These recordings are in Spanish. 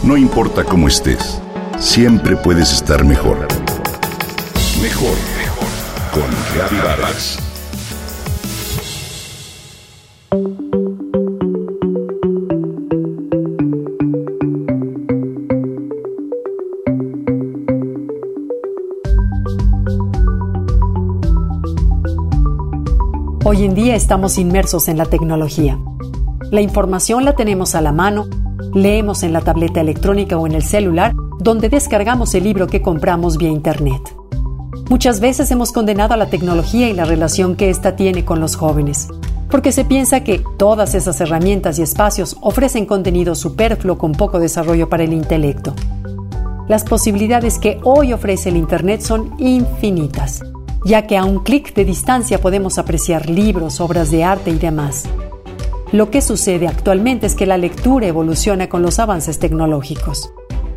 No importa cómo estés, siempre puedes estar mejor. Mejor, mejor. Con Gaby Vargas. Hoy en día estamos inmersos en la tecnología. La información la tenemos a la mano, leemos en la tableta electrónica o en el celular, donde descargamos el libro que compramos vía Internet. Muchas veces hemos condenado a la tecnología y la relación que ésta tiene con los jóvenes, porque se piensa que todas esas herramientas y espacios ofrecen contenido superfluo con poco desarrollo para el intelecto. Las posibilidades que hoy ofrece el Internet son infinitas, ya que a un clic de distancia podemos apreciar libros, obras de arte y demás. Lo que sucede actualmente es que la lectura evoluciona con los avances tecnológicos.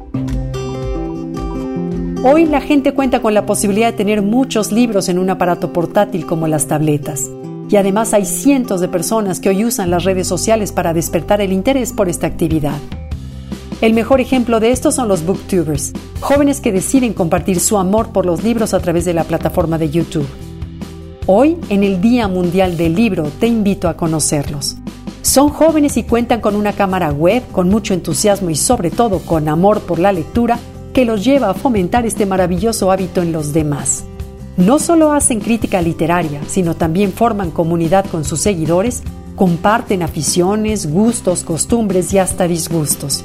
Hoy la gente cuenta con la posibilidad de tener muchos libros en un aparato portátil como las tabletas. Y además hay cientos de personas que hoy usan las redes sociales para despertar el interés por esta actividad. El mejor ejemplo de esto son los booktubers, jóvenes que deciden compartir su amor por los libros a través de la plataforma de YouTube. Hoy, en el Día Mundial del Libro, te invito a conocerlos. Son jóvenes y cuentan con una cámara web, con mucho entusiasmo y sobre todo con amor por la lectura, que los lleva a fomentar este maravilloso hábito en los demás. No solo hacen crítica literaria, sino también forman comunidad con sus seguidores, comparten aficiones, gustos, costumbres y hasta disgustos.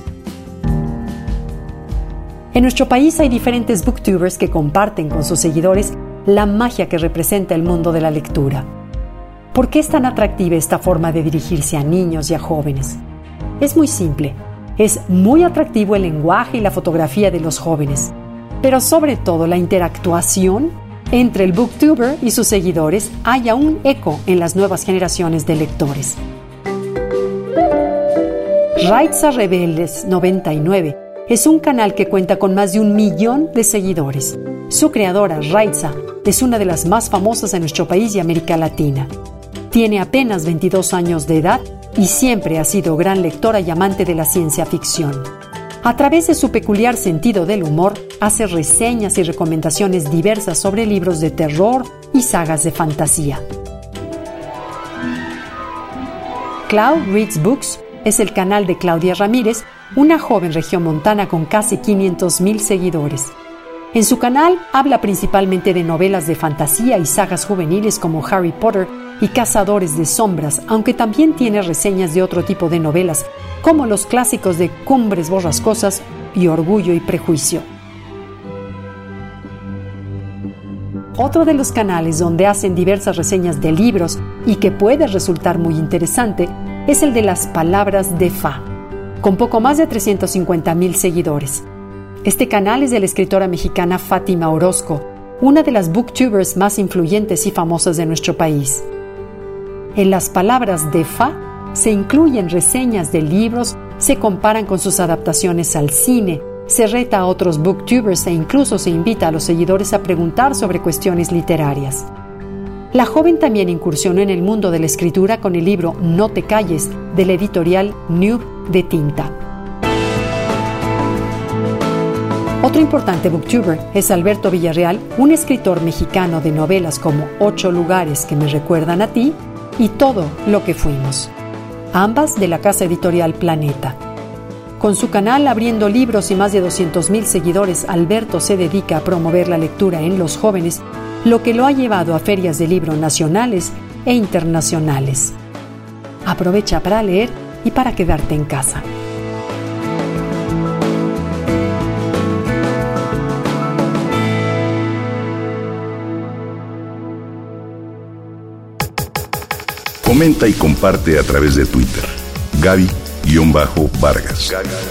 En nuestro país hay diferentes booktubers que comparten con sus seguidores la magia que representa el mundo de la lectura. ¿Por qué es tan atractiva esta forma de dirigirse a niños y a jóvenes? Es muy simple. Es muy atractivo el lenguaje y la fotografía de los jóvenes, pero sobre todo la interactuación entre el booktuber y sus seguidores haya un eco en las nuevas generaciones de lectores. Raitza Rebeldes 99 es un canal que cuenta con más de 1 millón de seguidores. Su creadora, Raitza, es una de las más famosas en nuestro país y América Latina. Tiene apenas 22 años de edad y siempre ha sido gran lectora y amante de la ciencia ficción. A través de su peculiar sentido del humor, hace reseñas y recomendaciones diversas sobre libros de terror y sagas de fantasía. Clau Reads Books es el canal de Claudia Ramírez, una joven regiomontana con casi 500,000 seguidores. En su canal habla principalmente de novelas de fantasía y sagas juveniles como Harry Potter y Cazadores de Sombras, aunque también tiene reseñas de otro tipo de novelas, como los clásicos de Cumbres Borrascosas y Orgullo y Prejuicio. Otro de los canales donde hacen diversas reseñas de libros y que puede resultar muy interesante es el de Las Palabras de Fa, con poco más de 350,000 seguidores. Este canal es de la escritora mexicana Fátima Orozco, una de las booktubers más influyentes y famosas de nuestro país. En Las Palabras de Fa se incluyen reseñas de libros, se comparan con sus adaptaciones al cine, se reta a otros booktubers e incluso se invita a los seguidores a preguntar sobre cuestiones literarias. La joven también incursionó en el mundo de la escritura con el libro No te calles, de la editorial Nube de Tinta. Otro importante booktuber es Alberto Villarreal, un escritor mexicano de novelas como 8 lugares que me recuerdan a ti y Todo lo que fuimos, ambas de la casa editorial Planeta. Con su canal Abriendo Libros y más de 200,000 seguidores, Alberto se dedica a promover la lectura en los jóvenes, lo que lo ha llevado a ferias de libros nacionales e internacionales. Aprovecha para leer y para quedarte en casa. Comenta y comparte a través de Twitter. Gaby-Vargas.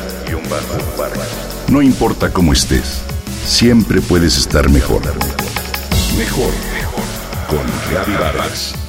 No importa cómo estés, siempre puedes estar mejor. Mejor, mejor. Con Gaby Vargas.